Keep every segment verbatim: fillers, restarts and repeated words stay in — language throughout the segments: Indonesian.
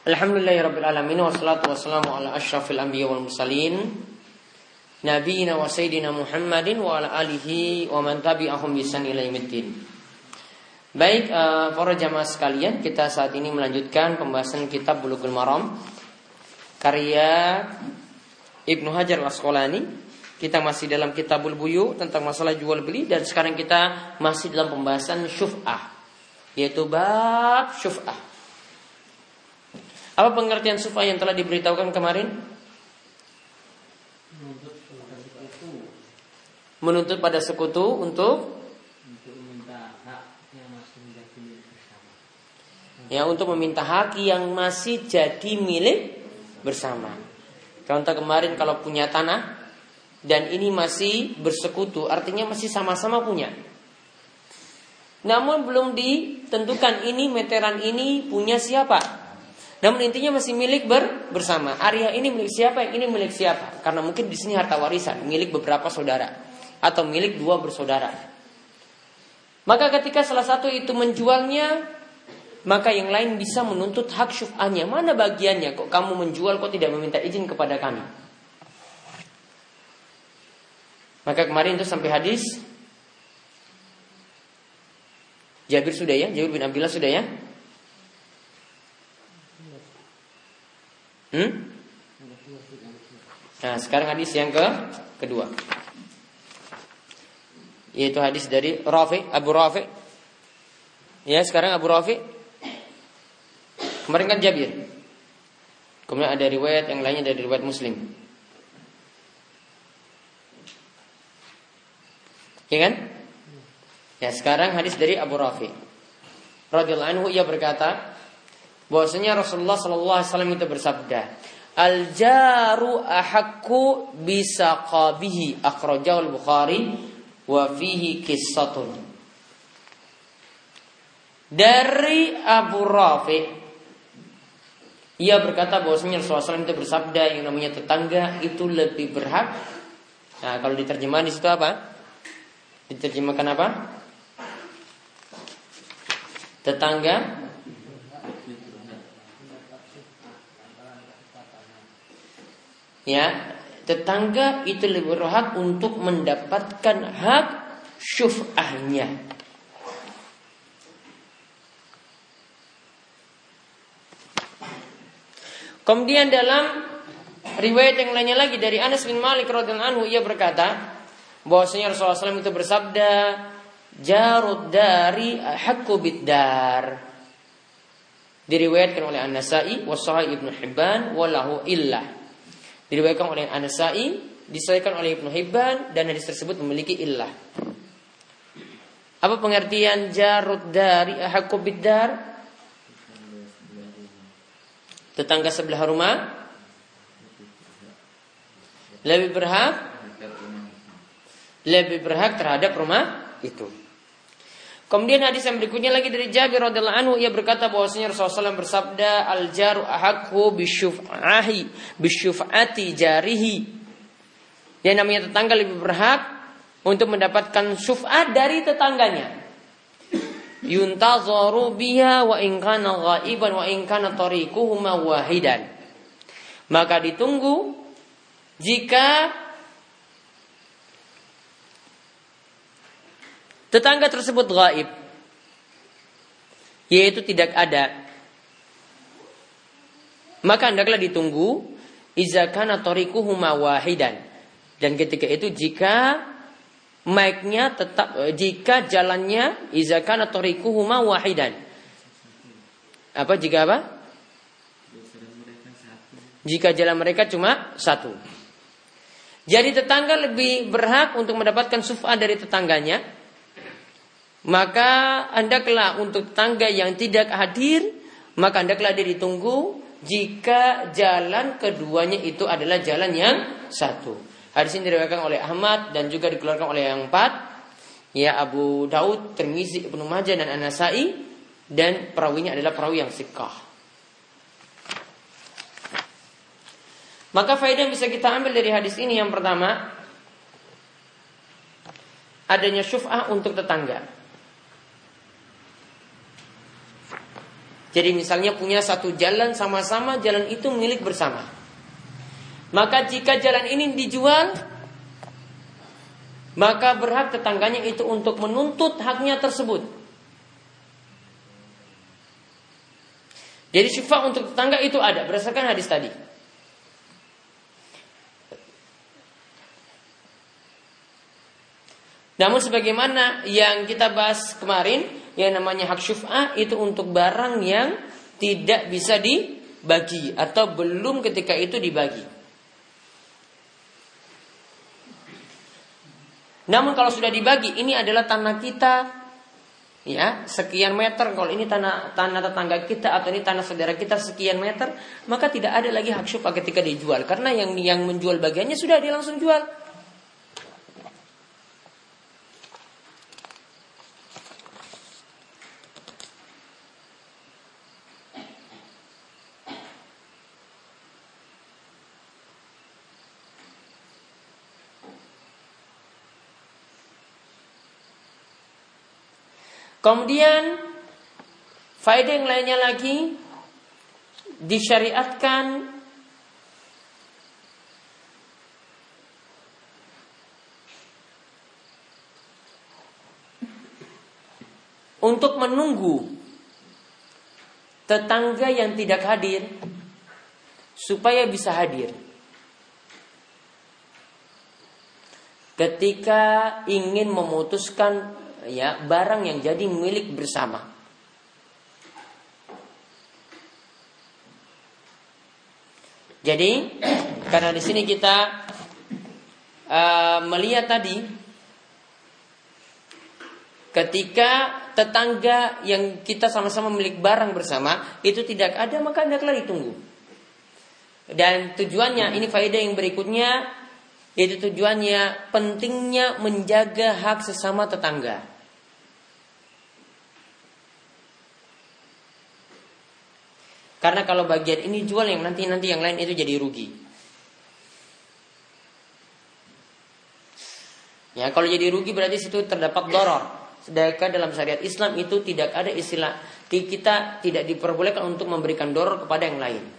Alhamdulillahirabbil alamin wassalatu wassalamu ala asyrafil anbiya wal mursalin nabiyina wa sayyidina Muhammadin wa ala alihi wa man tabi'ahum bi ihsan ila yaumiddin. Baik, uh, para jamaah sekalian, kita saat ini melanjutkan pembahasan kitab Bulughul Maram karya Ibnu Hajar Al-Asqalani. Kita masih dalam Kitabul Buyu tentang masalah jual beli, dan sekarang kita masih dalam pembahasan syuf'ah, yaitu bab syuf'ah. Apa pengertian syuf'ah yang telah diberitahukan kemarin? Menuntut pada sekutu. Menuntut pada sekutu untuk Untuk meminta hak yang masih menjadi milik bersama. Ya, untuk meminta hak yang masih jadi milik bersama. Contoh kemarin, kalau punya tanah dan ini masih bersekutu, artinya masih sama-sama punya. Namun belum ditentukan ini meteran ini punya siapa. Namun intinya masih milik ber, bersama. Area ini milik siapa, yang ini milik siapa. Karena mungkin di sini harta warisan milik beberapa saudara atau milik dua bersaudara. Maka ketika salah satu itu menjualnya, maka yang lain bisa menuntut hak syuf'ahnya. Mana bagiannya? Kok kamu menjual, kok tidak meminta izin kepada kami? Maka kemarin itu sampai hadis Jabir sudah ya, Jabir bin Abdullah sudah ya. Hmm? Nah, sekarang hadis yang ke kedua, yaitu hadis dari Rafi, Abu Rafi. Ya, sekarang Abu Rafi. Kemarin kan Jabir. Kemudian ada riwayat yang lainnya dari riwayat Muslim. Ya kan? Ya, sekarang hadis dari Abu Rafi radhiyallahu anhu, ia berkata bahwasanya Rasulullah sallallahu alaihi wasallam itu bersabda, "Al-jaru ahaqqu bisaqabihi," akhrajahu al-Bukhari wa fihi qissatun. Dari Abu Rafi, ia berkata bahwasanya Rasulullah sallallahu alaihi wasallam itu bersabda, yang namanya tetangga itu lebih berhak. Nah, kalau diterjemahkan di situ apa? Diterjemahkan apa? Tetangga Ya, tetangga itu lebih berhak untuk mendapatkan hak syuf'ahnya. Kemudian dalam riwayat yang lainnya lagi dari Anas bin Malik radhiyallahu anhu, ia berkata bahwasanya Rasulullah sallallahu alaihi wasallam itu bersabda, "Jarud dari haqqu bid-dar." Diriwayatkan oleh An-Nasa'i wa Sahih Ibnu Hibban wa lahu illah. Diriwayatkan oleh An-Nasa'i, disahihkan oleh Ibnu Hibban, dan hadis tersebut memiliki illah. Apa pengertian jarud dari haqqu bid-dar? Tetangga sebelah rumah lebih berhak lebih berhak terhadap rumah itu. Kemudian hadis yang berikutnya lagi dari Jabir radhiyallahu anhu, ia berkata bahwasanya Rasulullah sallallahu alaihi wasallam bersabda, "Al-jaru ahaqqu bisyuf'ahi bisyuf'ati jarihi." Yang namanya tetangga lebih berhak untuk mendapatkan syuf'ah dari tetangganya. Yuntazaru biha wa in kana ghaiban wa in kana tariquhuma wahidan. Maka ditunggu jika tetangga tersebut gaib, yaitu tidak ada, maka hendaklah ditunggu iza kana tariquhuma wahidan. Dan ketika itu jika mic-nya tetap, jika jalannya iza kana tariquhuma wahidan. Apa jika apa? Jika jalan mereka cuma satu. Jadi tetangga lebih berhak untuk mendapatkan syuf'ah dari tetangganya. Maka hendaklah untuk tetangga yang tidak hadir, maka hendaklah dia ditunggu jika jalan keduanya itu adalah jalan yang satu. Hadis ini diriwayatkan oleh Ahmad dan juga dikeluarkan oleh yang empat, ya Abu Daud, Tirmizi, Ibnu Majah dan An-Nasa'i, dan perawinya adalah perawi yang thiqah. Maka faedah yang bisa kita ambil dari hadis ini, yang pertama, adanya syuf'ah untuk tetangga. Jadi misalnya punya satu jalan sama-sama, jalan itu milik bersama. Maka jika jalan ini dijual, maka berhak tetangganya itu untuk menuntut haknya tersebut. Jadi syufa untuk tetangga itu ada berdasarkan hadis tadi. Namun sebagaimana yang kita bahas kemarin, yang namanya hak syuf'ah itu untuk barang yang tidak bisa dibagi atau belum ketika itu dibagi. Namun kalau sudah dibagi, ini adalah tanah kita, ya sekian meter. Kalau ini tanah tanah tetangga kita atau ini tanah saudara kita sekian meter, maka tidak ada lagi hak syuf'ah ketika dijual, karena yang yang menjual bagiannya sudah dia langsung jual. Kemudian faedah yang lainnya lagi, disyariatkan untuk menunggu tetangga yang tidak hadir supaya bisa hadir ketika ingin memutuskan ya barang yang jadi milik bersama. Jadi karena di sini kita uh, melihat tadi ketika tetangga yang kita sama-sama milik barang bersama itu tidak ada, maka hendaklah ditunggu. Dan tujuannya ini faedah yang berikutnya, yaitu tujuannya pentingnya menjaga hak sesama tetangga. Karena kalau bagian ini jual, yang nanti nanti yang lain itu jadi rugi. Ya, kalau jadi rugi berarti situ terdapat doror. Sedangkan dalam syariat Islam itu tidak ada istilah, kita tidak diperbolehkan untuk memberikan doror kepada yang lain.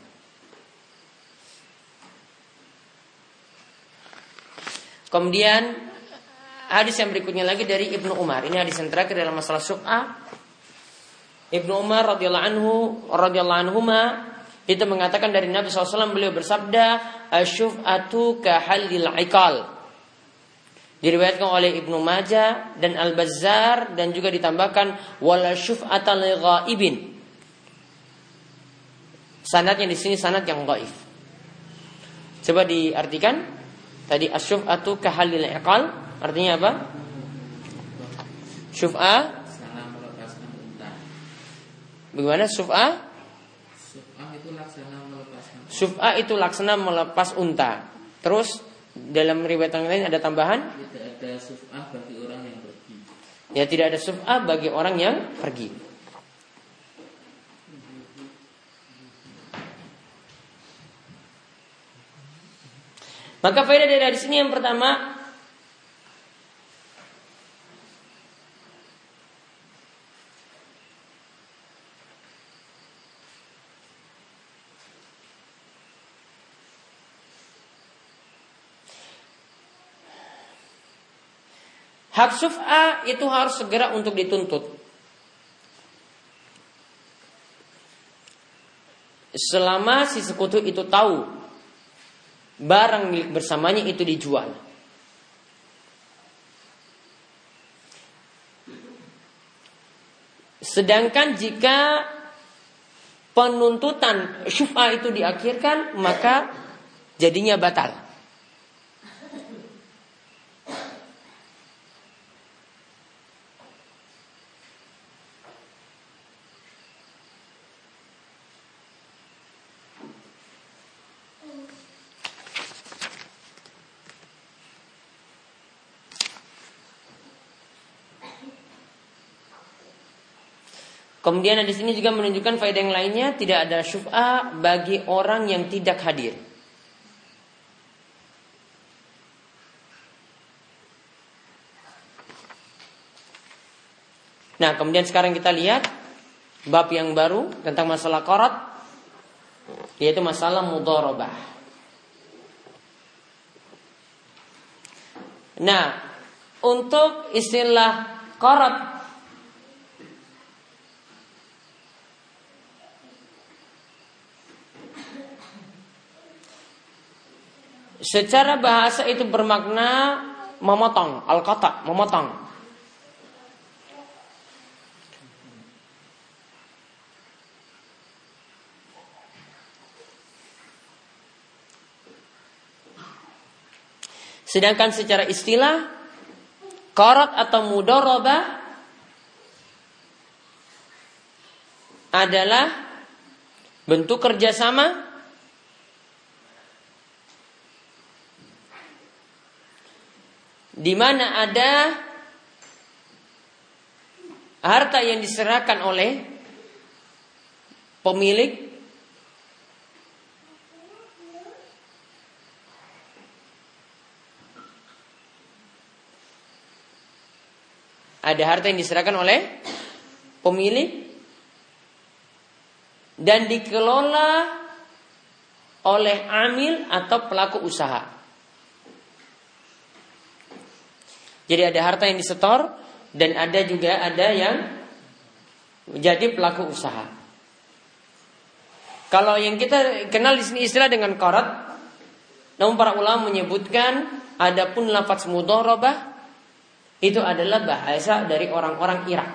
Kemudian hadis yang berikutnya lagi dari Ibnu Umar. Ini hadis yang terakhir dalam masalah syuf'ah. Ibnu Umar radhiyallahu anhu radhiyallahu anhuma itu mengatakan dari Nabi shallallahu alaihi wasallam, beliau bersabda, asyuf'atu kahallil ikal. Diriwayatkan oleh Ibnu Majah dan Al-Bazzar, dan juga ditambahkan wala syuf'ata li ghaibin. Sanadnya di sini sanad yang dhaif. Coba diartikan tadi asyuf'atu kahallil ikal artinya apa? Syuf'ah bagaimana syuf'ah? Syuf'ah itu laksana melepas unta. Syuf'ah itu laksana melepas unta. Terus dalam riwayat yang lain ada tambahan? Tidak ada syuf'ah bagi orang yang pergi. Ya, tidak ada syuf'ah bagi orang yang pergi. Maka faedah dari sini yang pertama, hak syuf'ah itu harus segera untuk dituntut. Selama si sekutu itu tahu barang milik bersamanya itu dijual. Sedangkan jika penuntutan syuf'ah itu diakhirkan, maka jadinya batal. Kemudian di sini juga menunjukkan faedah yang lainnya, tidak ada syuf'ah bagi orang yang tidak hadir. Nah, kemudian sekarang kita lihat bab yang baru tentang masalah qarad, yaitu masalah mudharabah. Nah, untuk istilah qarad secara bahasa itu bermakna memotong, al-qata', memotong. Sedangkan secara istilah qarad atau mudharabah adalah bentuk kerjasama di mana ada harta yang diserahkan oleh pemilik ada harta yang diserahkan oleh pemilik dan dikelola oleh amil atau pelaku usaha. Jadi ada harta yang disetor dan ada juga ada yang menjadi pelaku usaha. Kalau yang kita kenal di sini istilah dengan qarad, namun para ulama menyebutkan adapun lafaz mudharabah itu adalah bahasa dari orang-orang Irak.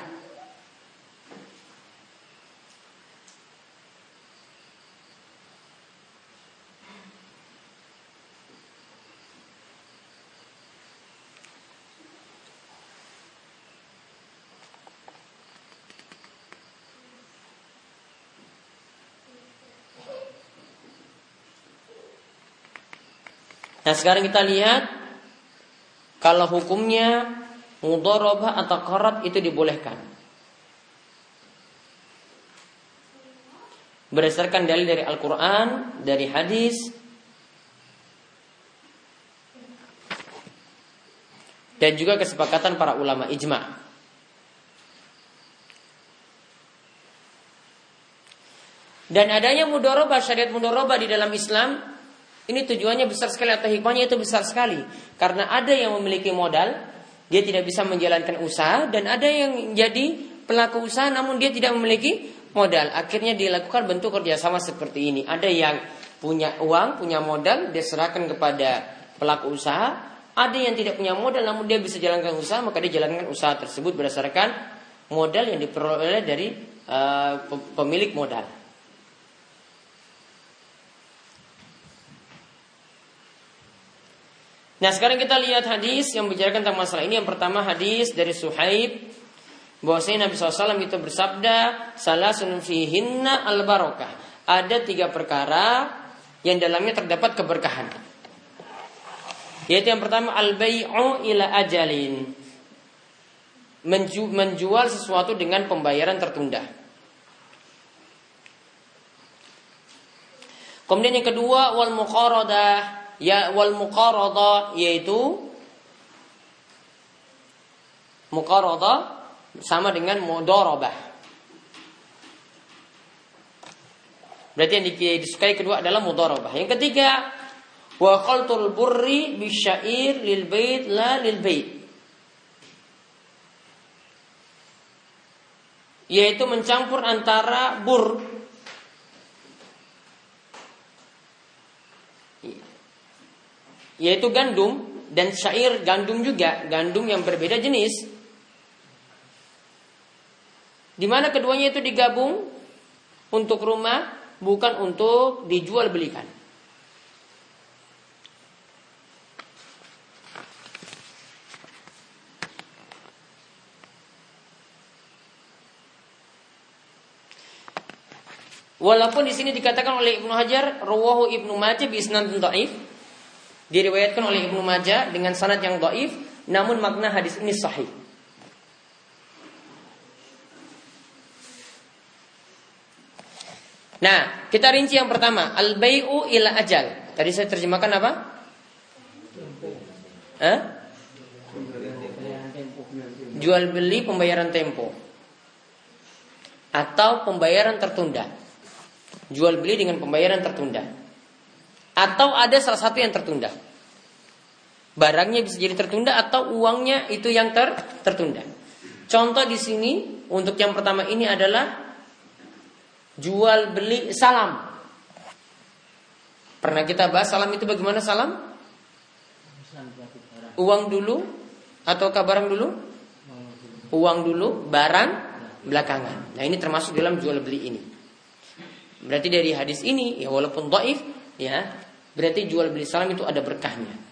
Nah, sekarang kita lihat kalau hukumnya mudharabah atau qarad itu dibolehkan berdasarkan dalil dari Al-Quran, dari hadis, dan juga kesepakatan para ulama ijma'. Dan adanya mudharabah, syariat mudharabah di dalam Islam, ini tujuannya besar sekali atau hikmahnya itu besar sekali. Karena ada yang memiliki modal, dia tidak bisa menjalankan usaha, dan ada yang jadi pelaku usaha namun dia tidak memiliki modal. Akhirnya dilakukan bentuk kerjasama seperti ini. Ada yang punya uang, punya modal, dia serahkan kepada pelaku usaha. Ada yang tidak punya modal namun dia bisa jalankan usaha, maka dia jalankan usaha tersebut berdasarkan modal yang diperoleh dari uh, pemilik modal. Nah, sekarang kita lihat hadis yang membicarakan tentang masalah ini. Yang pertama hadis dari Suhaib, bahwasanya Nabi shallallahu alaihi wasallam itu bersabda, salasun fihinna al-barakah. Ada tiga perkara yang dalamnya terdapat keberkahan. Yaitu yang pertama al-bai'u ila ajalin, Menju- menjual sesuatu dengan pembayaran tertunda. Kemudian yang kedua wal muqaradah, ya wal muqaradah, yaitu muqaradah sama dengan mudharabah. Berarti yang disukai kedua adalah mudharabah. Yang ketiga wa khaltul burri bisyair lil bait la lil bait, yaitu mencampur antara bur, yaitu gandum, dan syair, gandum juga, gandum yang berbeda jenis, di mana keduanya itu digabung untuk rumah, bukan untuk dijual belikan. Walaupun di sini dikatakan oleh Ibnu Hajar, rawahu Ibnu Majah bi isnadin dhaif, diriwayatkan oleh Ibnu Majah dengan sanad yang dhaif, namun makna hadis ini sahih. Nah, kita rinci yang pertama, al-bai'u ila ajal. Tadi saya terjemahkan apa? Hah? Jual beli pembayaran tempo. atau pembayaran tertunda. Jual beli dengan pembayaran tertunda. Atau ada salah satu yang tertunda. Barangnya bisa jadi tertunda atau uangnya itu yang ter tertunda. Contoh di sini untuk yang pertama ini adalah jual beli salam. Pernah kita bahas salam itu bagaimana salam? Uang dulu ataukah barang dulu? Uang dulu, barang belakangan. Nah ini termasuk dalam jual beli ini. Berarti dari hadis ini ya walaupun dhaif ya, berarti jual beli salam itu ada berkahnya.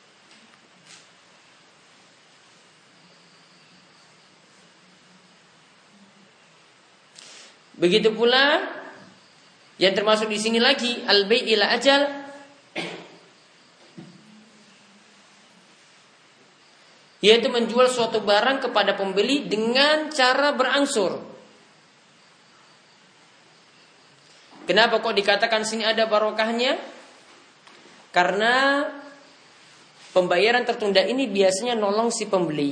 Begitu pula yang termasuk di sini lagi al-bai' ila ajal, yaitu menjual suatu barang kepada pembeli dengan cara berangsur. Kenapa kok dikatakan sini ada barokahnya? Karena pembayaran tertunda ini biasanya nolong si pembeli.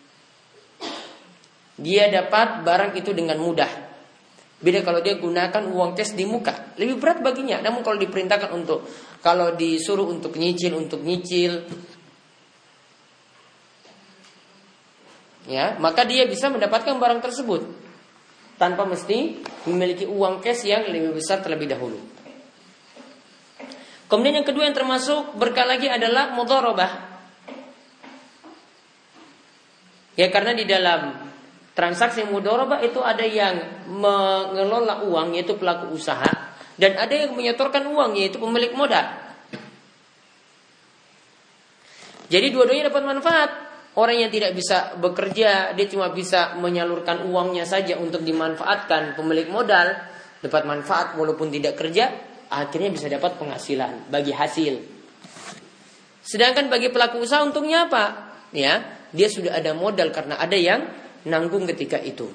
Dia dapat barang itu dengan mudah. Beda kalau dia gunakan uang cash di muka, lebih berat baginya. Namun kalau diperintahkan untuk, kalau disuruh untuk nyicil, untuk nyicil, ya, maka dia bisa mendapatkan barang tersebut tanpa mesti memiliki uang cash yang lebih besar terlebih dahulu. Kemudian yang kedua yang termasuk berkah lagi adalah mudharabah. Ya, karena di dalam transaksi mudharabah itu ada yang mengelola uang yaitu pelaku usaha dan ada yang menyetorkan uang yaitu pemilik modal. Jadi dua-duanya dapat manfaat. Orang yang tidak bisa bekerja, dia cuma bisa menyalurkan uangnya saja untuk dimanfaatkan. Pemilik modal dapat manfaat walaupun tidak kerja, akhirnya bisa dapat penghasilan bagi hasil. Sedangkan bagi pelaku usaha untungnya apa? Ya, dia sudah ada modal karena ada yang nanggung ketika itu.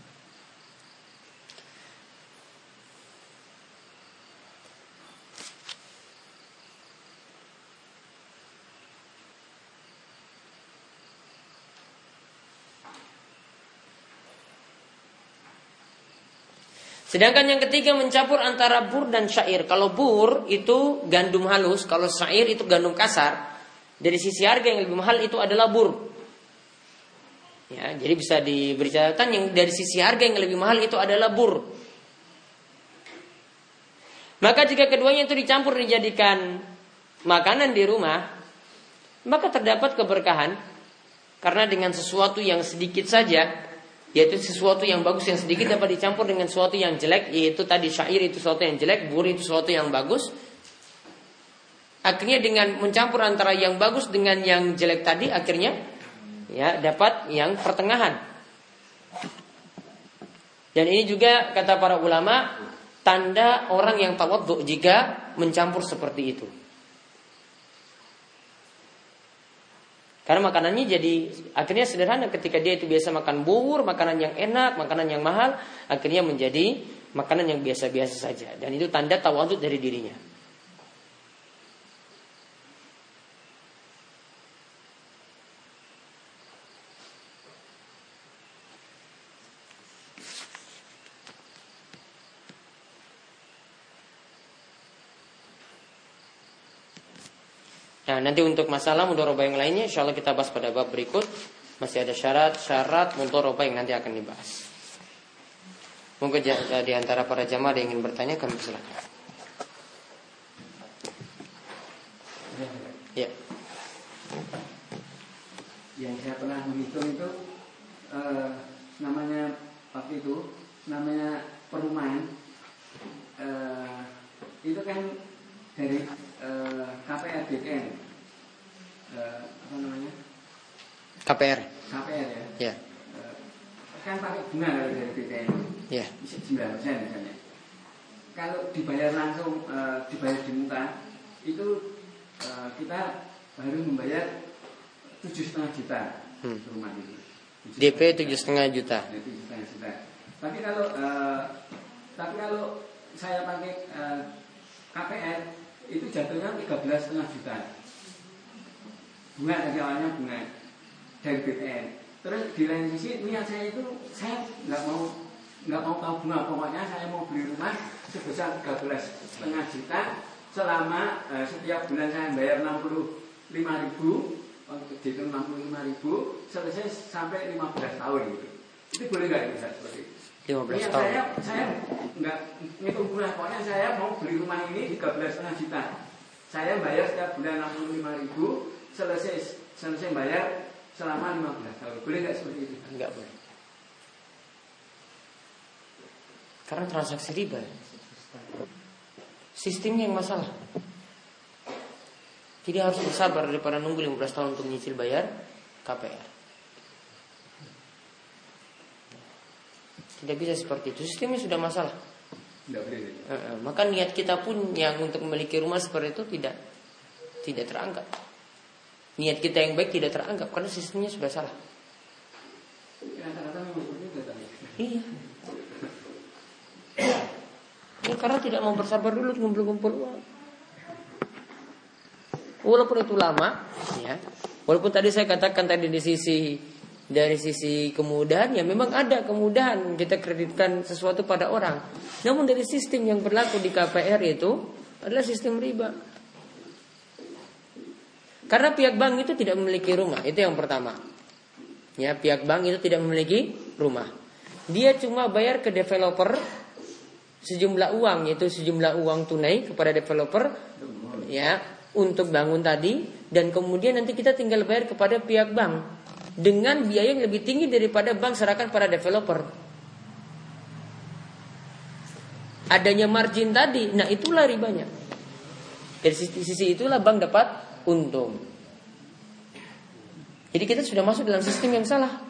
Sedangkan yang ketiga mencampur antara bur dan syair. Kalau bur itu gandum halus, kalau syair itu gandum kasar. Dari sisi harga yang lebih mahal itu adalah bur. Ya, jadi bisa diberi catatan yang dari sisi harga yang lebih mahal itu adalah bur. Maka jika keduanya itu dicampur dijadikan makanan di rumah, maka terdapat keberkahan. Karena dengan sesuatu yang sedikit saja, yaitu sesuatu yang bagus yang sedikit dapat dicampur dengan sesuatu yang jelek, yaitu tadi syair itu sesuatu yang jelek, bur itu sesuatu yang bagus. Akhirnya dengan mencampur antara yang bagus dengan yang jelek tadi, akhirnya ya dapat yang pertengahan. Dan ini juga kata para ulama tanda orang yang tawadhu jika mencampur seperti itu. Karena makanannya jadi akhirnya sederhana. Ketika dia itu biasa makan bubur, makanan yang enak, makanan yang mahal, akhirnya menjadi makanan yang biasa-biasa saja. Dan itu tanda tawadhu dari dirinya. Nah, nanti untuk masalah mudharabah yang lainnya insyaallah kita bahas pada bab berikut. Masih ada syarat-syarat mudharabah yang nanti akan dibahas. Mungkin di antara para jamaah yang ingin bertanya kami persilakan. Ya. Yang saya pernah menghitung itu eh, namanya waktu itu namanya perumahan eh, itu kan dari eh, K P R B K N eh, apa namanya K P R K P R ya, ya. Eh, kan pakai bunga kalau dari B K N ya. sembilan persen misalnya. Kalau dibayar langsung eh, dibayar di muka itu eh, kita harus membayar tujuh setengah juta hmm. rumah itu. D P tujuh setengah juta. tujuh setengah juta. Tapi kalau eh, tapi kalau saya pakai eh, K P R itu jatuhnya tiga belas setengah juta. Bunga tadi awalnya bunga dari B P N. Terus di lain sisi niat saya itu saya nggak mau nggak mau tahu bunga, pokoknya saya mau beli rumah sebesar tiga belas setengah juta selama eh, setiap bulan saya bayar enam puluh lima ribu, dihitung enam puluh lima ribu selesai sampai lima belas tahun gitu. Itu boleh nggak bisa seperti itu? lima belas ya, tahun. Saya saya nggak ngitung bunga, pokoknya saya mau beli rumah ini tiga belas setengah juta. Saya bayar setiap bulan enam puluh lima ribu, selesai selesai bayar selama lima belas tahun. Boleh nggak seperti itu? Enggak boleh. Karena transaksi riba. Sistemnya yang masalah. Jadi harus bersabar daripada nunggu lima belas tahun untuk nyicil bayar K P R. Tidak bisa seperti itu. Sistemnya sudah masalah. Tidak boleh. E -e, maka niat kita pun yang untuk memiliki rumah seperti itu tidak tidak teranggap. Niat kita yang baik tidak teranggap karena sistemnya sudah salah. Rata-rata memang seperti itu tadi. Iya. Ya, karena tidak mau bersabar dulu ngumpul-ngumpul uang. Walaupun itu lama, ya. Walaupun tadi saya katakan tadi di sisi dari sisi kemudahan, ya memang ada kemudahan kita kreditkan sesuatu pada orang. Namun dari sistem yang berlaku di K P R itu adalah sistem riba. Karena pihak bank itu tidak memiliki rumah, itu yang pertama. Ya, pihak bank itu tidak memiliki rumah. Dia cuma bayar ke developer sejumlah uang, yaitu sejumlah uang tunai kepada developer, ya, untuk bangun tadi, dan kemudian nanti kita tinggal bayar kepada pihak bank dengan biaya yang lebih tinggi daripada bank serahkan pada developer. Adanya margin tadi, nah itulah ribanya. Dari sisi, sisi itulah bank dapat untung. Jadi kita sudah masuk dalam sistem yang salah.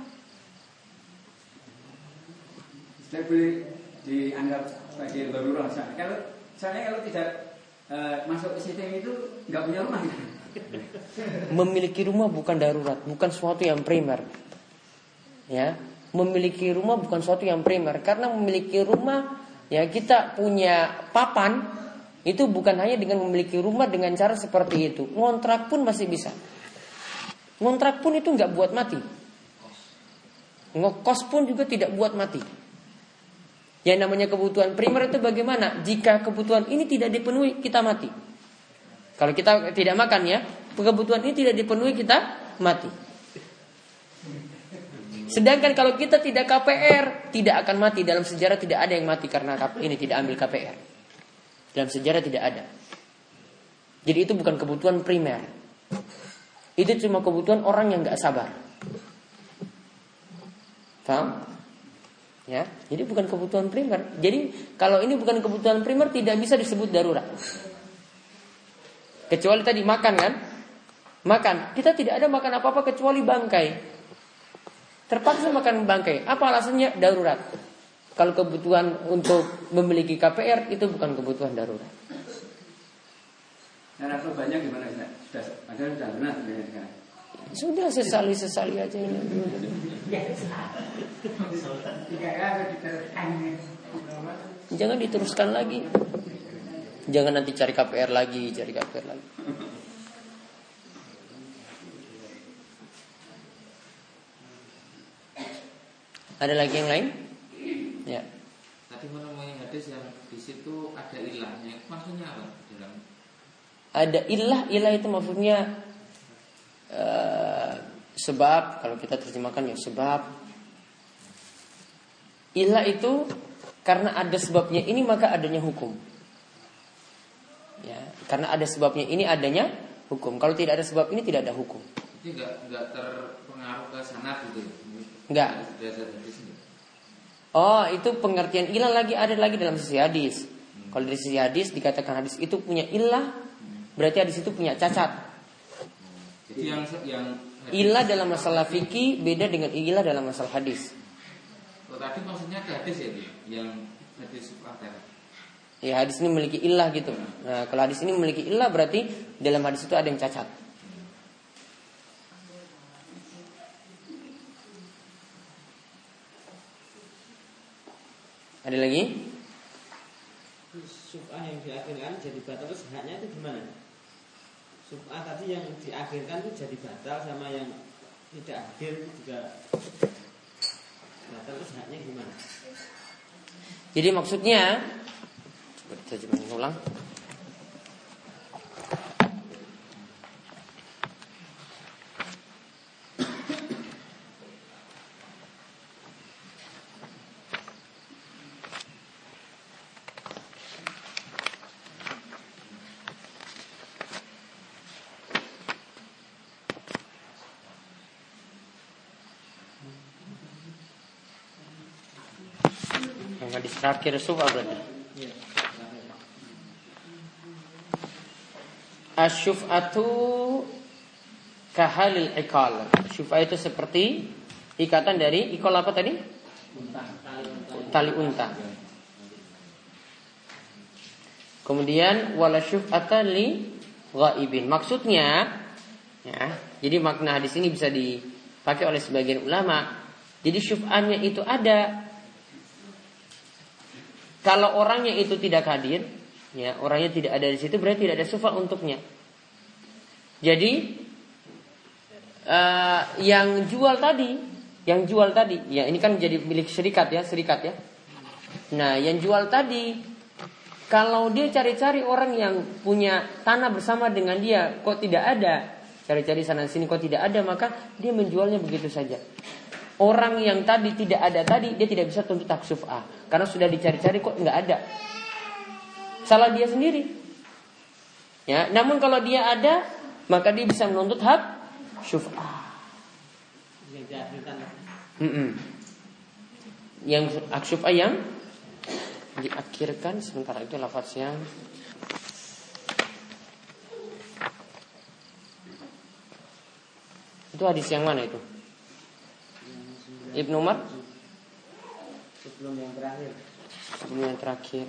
Saya boleh dianggap sebagai darurat. Kalau saya kalau tidak e, masuk ke sistem itu nggak punya rumah. Memiliki rumah bukan darurat, bukan sesuatu yang primer. Ya, memiliki rumah bukan sesuatu yang primer, karena memiliki rumah, ya kita punya papan itu bukan hanya dengan memiliki rumah dengan cara seperti itu. Ngontrak pun masih bisa. Ngontrak pun itu nggak buat mati. Ngekos pun juga tidak buat mati. Yang namanya kebutuhan primer itu bagaimana? Jika kebutuhan ini tidak dipenuhi, kita mati. Kalau kita tidak makan, ya, kebutuhan ini tidak dipenuhi, kita mati. Sedangkan kalau kita tidak K P R, tidak akan mati. Dalam sejarah tidak ada yang mati karena ini tidak ambil K P R. Dalam sejarah tidak ada. Jadi itu bukan kebutuhan primer. Itu cuma kebutuhan orang yang gak sabar. Paham? Ya, jadi bukan kebutuhan primer. Jadi kalau ini bukan kebutuhan primer, tidak bisa disebut darurat. Kecuali tadi makan, kan? Makan. Kita tidak ada makan apa-apa kecuali bangkai. Terpaksa makan bangkai. Apa alasannya? Darurat. Kalau kebutuhan untuk memiliki K P R itu bukan kebutuhan darurat. Cara banyak gimana? Sudah ada sudah benar sebenarnya. Sudah sesali-sesali aja ini. Jangan diteruskan lagi. Jangan nanti cari K P R lagi, cari K P R lagi. Ada lagi yang lain? Ya. Tadi menemui hadis yang di situ ada ilahnya. Maksudnya apa? Dalam ada ilah, ilah itu maksudnya uh, sebab. Kalau kita terjemahkan ya sebab. Ilah itu karena ada sebabnya ini maka adanya hukum. Ya, karena ada sebabnya ini adanya hukum. Kalau tidak ada sebab ini tidak ada hukum. Jadi nggak nggak terpengaruh ke sanad gitu. Nggak. Oh, itu pengertian ilah lagi ada lagi dalam sisi hadis. Hmm. Kalau dari sisi hadis dikatakan hadis itu punya ilah, berarti hadis itu punya cacat. Jadi yang yang ilah dalam masalah fikih beda dengan ilah dalam masalah hadis. Oh, tadi maksudnya ke hadis ya, yang hadis sufater. Ya, hadis ini memiliki ilah gitu. Nah, kalau hadis ini memiliki ilah berarti dalam hadis itu ada yang cacat. Ada lagi? Sub'ah yang diakhirkan jadi batal itu haknya itu gimana? Sub'ah tadi yang diakhirkan itu jadi batal, sama yang tidak akhir juga batal, itu haknya gimana? Jadi maksudnya, coba diterjemahkan ulang. Hadis terakhir syuf'ah berarti. Asy-syuf'atu kahalil iqal. Syuf'ah itu seperti ikatan dari iqal apa tadi? Unta, tali unta. Tali unta. Kemudian wala syuf'ata li ghaibin. Maksudnya ya, jadi makna hadis ini bisa dipakai oleh sebagian ulama. Jadi syuf'ahnya itu ada kalau orangnya itu tidak hadir, ya orangnya tidak ada di situ, berarti tidak ada syuf'ah untuknya. Jadi uh, yang jual tadi, yang jual tadi, ya ini kan jadi milik serikat ya, serikat ya. Nah, yang jual tadi, kalau dia cari-cari orang yang punya tanah bersama dengan dia, kok tidak ada, cari-cari sana sini kok tidak ada, maka dia menjualnya begitu saja. Orang yang tadi tidak ada tadi, dia tidak bisa tuntut hak syuf'ah karena sudah dicari-cari kok nggak ada. Salah dia sendiri. Ya, namun kalau dia ada, maka dia bisa menuntut hak syuf'ah. Yang diakhirkan. Mm-mm. Yang hak syuf'ah yang diakhirkan, sementara itu lafaznya itu hadis yang mana itu? Ibnu Umar sebelum yang terakhir. Sebelum yang terakhir.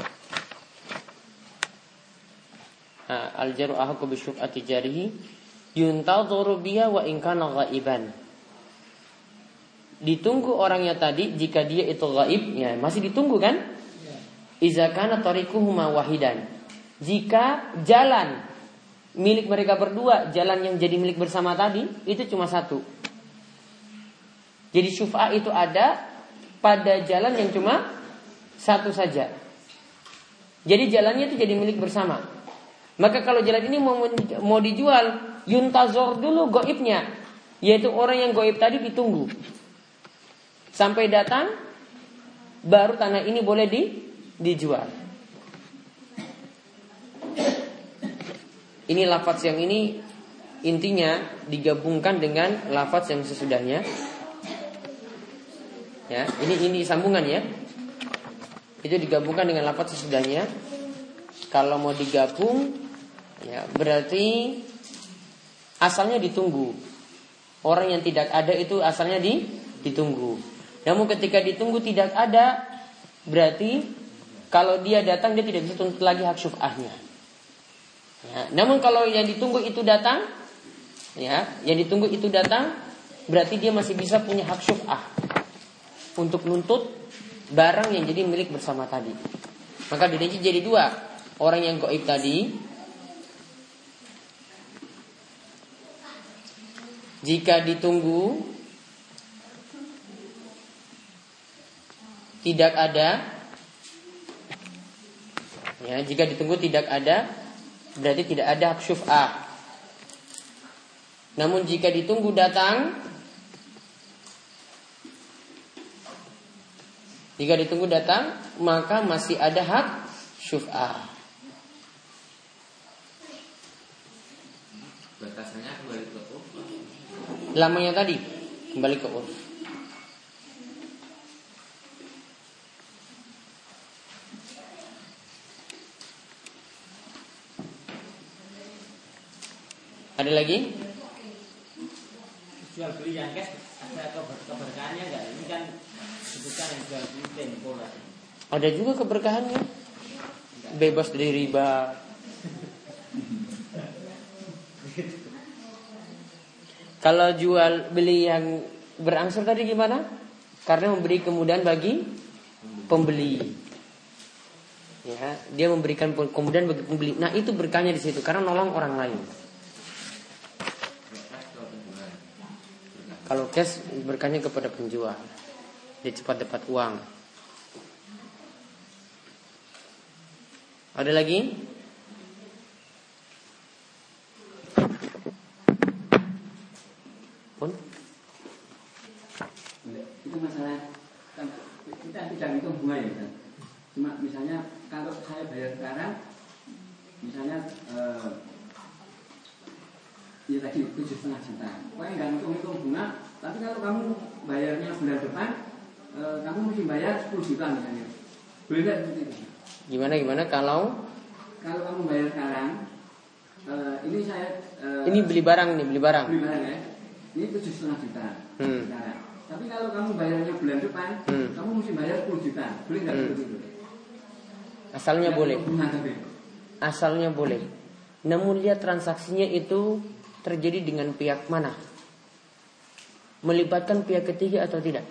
Nah, al-jaru ahqqu bi syuf'ati jarihi yuntadharu biha wa in kana ghaiban. Ditunggu orangnya tadi jika dia itu gaib, ya masih ditunggu kan? Iza kana tariquhuma wahidan. Jika jalan milik mereka berdua, jalan yang jadi milik bersama tadi itu cuma satu. Jadi syuf'ah itu ada pada jalan yang cuma satu saja. Jadi jalannya itu jadi milik bersama. Maka kalau jalan ini mau mau dijual, yuntazor dulu goibnya, yaitu orang yang goib tadi ditunggu sampai datang, baru tanah ini boleh di, dijual. Ini lafaz yang ini intinya digabungkan dengan lafaz yang sesudahnya. Ya, ini ini sambungan ya. Itu digabungkan dengan lafaz sesudahnya. Kalau mau digabung, ya berarti asalnya ditunggu. Orang yang tidak ada itu asalnya di, ditunggu. Namun ketika ditunggu tidak ada, berarti kalau dia datang dia tidak bisa tuntut lagi hak syuf'ahnya. Ya, namun kalau yang ditunggu itu datang, ya, yang ditunggu itu datang, berarti dia masih bisa punya hak syuf'ah untuk nuntut barang yang jadi milik bersama tadi. Maka dirinci jadi dua. Orang yang gaib tadi, jika ditunggu tidak ada, ya, jika ditunggu tidak ada, berarti tidak ada hak syuf'ah. Namun jika ditunggu datang, jika ditunggu datang, maka masih ada hak syuf'ah. Batasannya kembali ke urf. Lamanya tadi kembali ke urf. Ada lagi? Jual beli yang cash ada keberkahannya enggak? Ini kan sebutkan yang jual beli tempo lah. Ada juga keberkahannya. Bebas dari riba. Kalau jual beli yang berangsur tadi gimana? Karena memberi kemudahan bagi pembeli. Ya, dia memberikan kemudahan bagi pembeli. Nah, itu berkahnya di situ karena nolong orang lain. Kalau cash berkahnya kepada penjual. Dia cepat dapat uang. Ada lagi? Pun? Itu masalah kan, kita tidak hitung bunga ya kan. Cuma misalnya kalau saya bayar sekarang, misalnya eh, ya tadi tujuh setengah juta. Pokoknya nggak hitung-hitung bunga. Tapi kalau kamu bayarnya bulan depan, eh, kamu mesti bayar sepuluh juta misalnya. Boleh nggak seperti itu? Gimana gimana kalau Kalau kamu bayar sekarang, eh, ini saya eh, ini beli barang nih, beli barang. beli barang ya. Ini tujuh setengah juta Hmm. sekarang. Tapi kalau kamu bayarnya bulan depan, Hmm. kamu mesti bayar sepuluh juta. Boleh nggak Hmm. seperti itu? Asalnya Nggak boleh. hitung bunga tapi. Asalnya boleh. Namun lihat transaksinya itu terjadi dengan pihak mana? Melibatkan pihak ketiga atau tidak?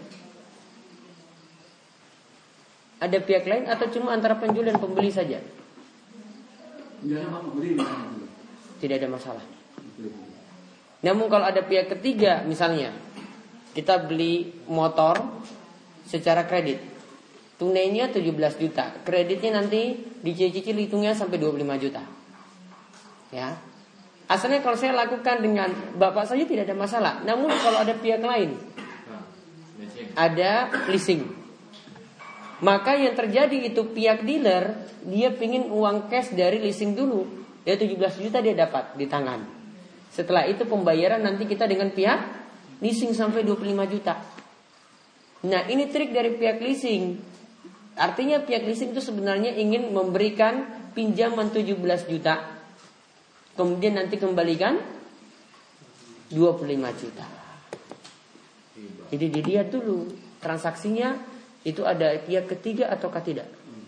Ada pihak lain atau cuma antara penjual dan pembeli saja? Enggak sama pembeli misalnya dulu. Tidak ada masalah. Namun kalau ada pihak ketiga, misalnya kita beli motor secara kredit, tunainya tujuh belas juta, kreditnya nanti dicicil hitungnya sampai dua puluh lima juta. Ya. Asalnya kalau saya lakukan dengan bapak saja tidak ada masalah. Namun kalau ada pihak lain, ada leasing, maka yang terjadi itu pihak dealer dia pingin uang cash dari leasing dulu. Ya tujuh belas juta dia dapat di tangan. Setelah itu pembayaran nanti kita dengan pihak leasing sampai dua puluh lima juta. Nah ini trik dari pihak leasing. Artinya pihak leasing itu sebenarnya ingin memberikan pinjaman tujuh belas juta, kemudian nanti kembalikan dua puluh lima juta. Jadi dilihat dulu transaksinya itu ada pihak ketiga ataukah tidak.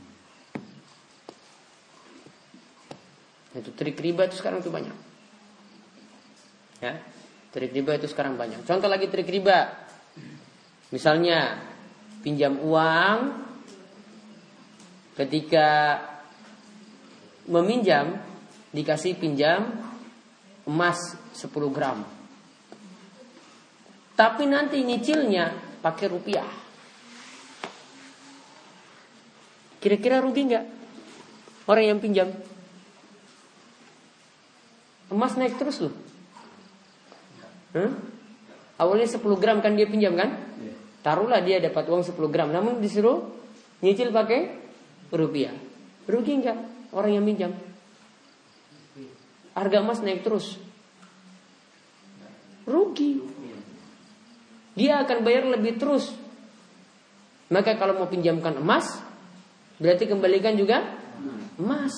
Itu trik riba itu sekarang itu banyak. Ya, trik riba itu sekarang banyak. Contoh lagi trik riba. Misalnya pinjam uang, ketika meminjam dikasih pinjam emas sepuluh gram. Tapi nanti nyicilnya pakai rupiah. Kira-kira rugi nggak orang yang pinjam? Emas naik terus loh. Hmm? Awalnya sepuluh gram kan dia pinjam kan? Taruhlah dia dapat uang sepuluh gram, namun disuruh nyicil pakai rupiah. Rugi nggak orang yang pinjam? Harga emas naik terus. Rugi. Dia akan bayar lebih terus. Maka kalau mau pinjamkan emas, berarti kembalikan juga emas.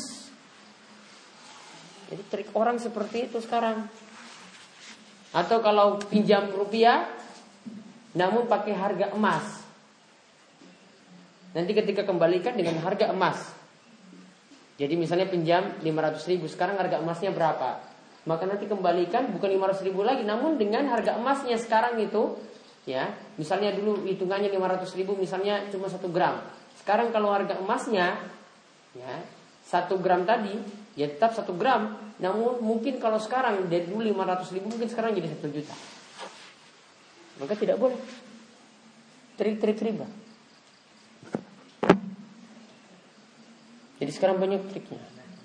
Jadi trik orang seperti itu sekarang. Atau kalau pinjam rupiah, namun pakai harga emas. Nanti ketika kembalikan dengan harga emas. Jadi misalnya pinjam lima ratus ribu, sekarang harga emasnya berapa? Maka nanti kembalikan bukan lima ratus ribu lagi, namun dengan harga emasnya sekarang itu, ya, misalnya dulu hitungannya lima ratus ribu, misalnya cuma satu gram. Sekarang kalau harga emasnya, ya, satu gram tadi, ya tetap satu gram. Namun mungkin kalau sekarang dari dulu lima ratus ribu, mungkin sekarang jadi satu juta. Maka tidak boleh. Trik-trik riba. Jadi sekarang banyak triknya.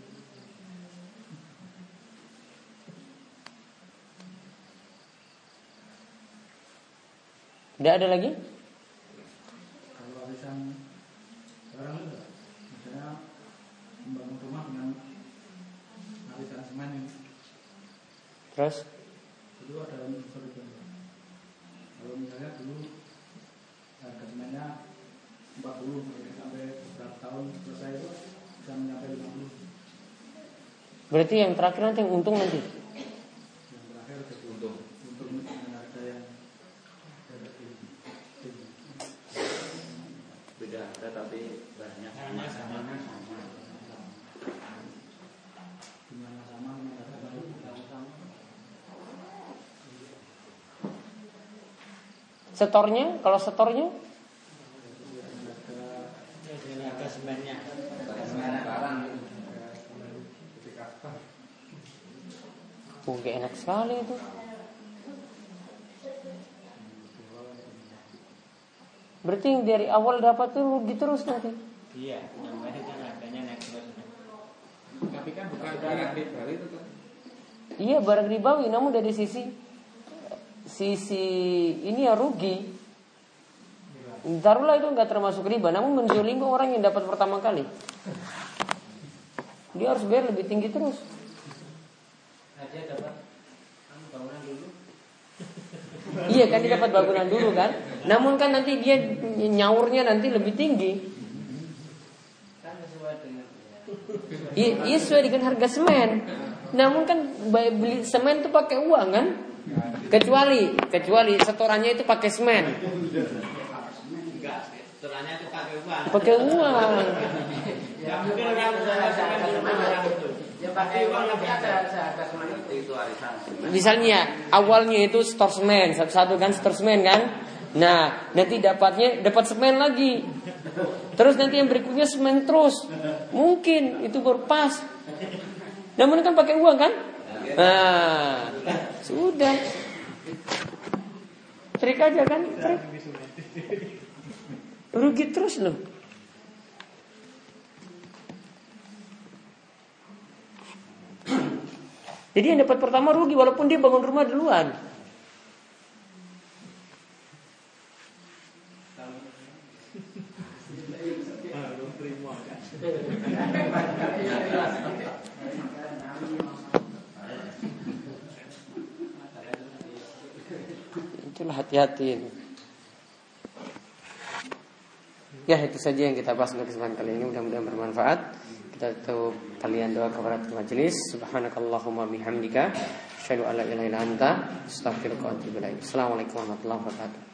Tidak ada lagi? Kalau warisan sekarang misalnya membangun rumah dengan warisan semen ini. Terus? Dulu ada unsur itu. Kalau misalnya dulu harga semennya empat puluh sampai beberapa tahun selesai itu bisa mencapai lima puluh. Berarti yang terakhir nanti yang untung nanti. Yang terakhir jadi untung. Untung dengan harga yang beda harga tapi banyak sama sama dimana sama Setornya, kalau setornya dengan harga semennya. Oke, enak sekali itu. Berarti yang dari awal dapat tuh rugi terus nanti. Iya, yang penting kan harganya naik terus. barang ribawi itu kan. Iya barang ribawi, namun dari sisi sisi ini ya rugi. Taruhlah itu nggak termasuk riba, namun menzolimi orang yang dapat pertama kali, dia harus bayar lebih tinggi terus. Dia dapat bangunan dulu. Iya kan dia dapat bangunan dulu kan, namun kan nanti dia nyaurnya nanti lebih tinggi. Kan sesuai dengan. Iya, iya sesuai dengan harga semen. Namun kan beli semen itu pakai uang kan? Kecuali kecuali setorannya itu pakai semen. Enggak, setorannya itu pakai uang. Pakai uang. Ya mungkin orang orang itu. Ya pakai uang tapi ada harga semen itu. Itu arisan. Misalnya awalnya itu setor semen satu-satu kan setor semen kan. Nah nanti dapatnya dapat semen lagi. Terus nanti yang berikutnya semen terus. Mungkin itu baru pas. Namun kan pakai uang kan? Nah sudah. Trik aja kan? Trik. Rugi terus loh. Jadi yang dapat pertama rugi walaupun dia bangun rumah duluan. Itulah hati-hati. Ya itu saja yang kita bahas untuk kesempatan kali ini, mudah-mudahan bermanfaat. Kita tutup kalian doa kepada majelis. Subhanakallahumma bihamdika asyhadu an la ilaha illa anta astaghfiruka wa atubu ilaik. Assalamualaikum warahmatullahi wabarakatuh.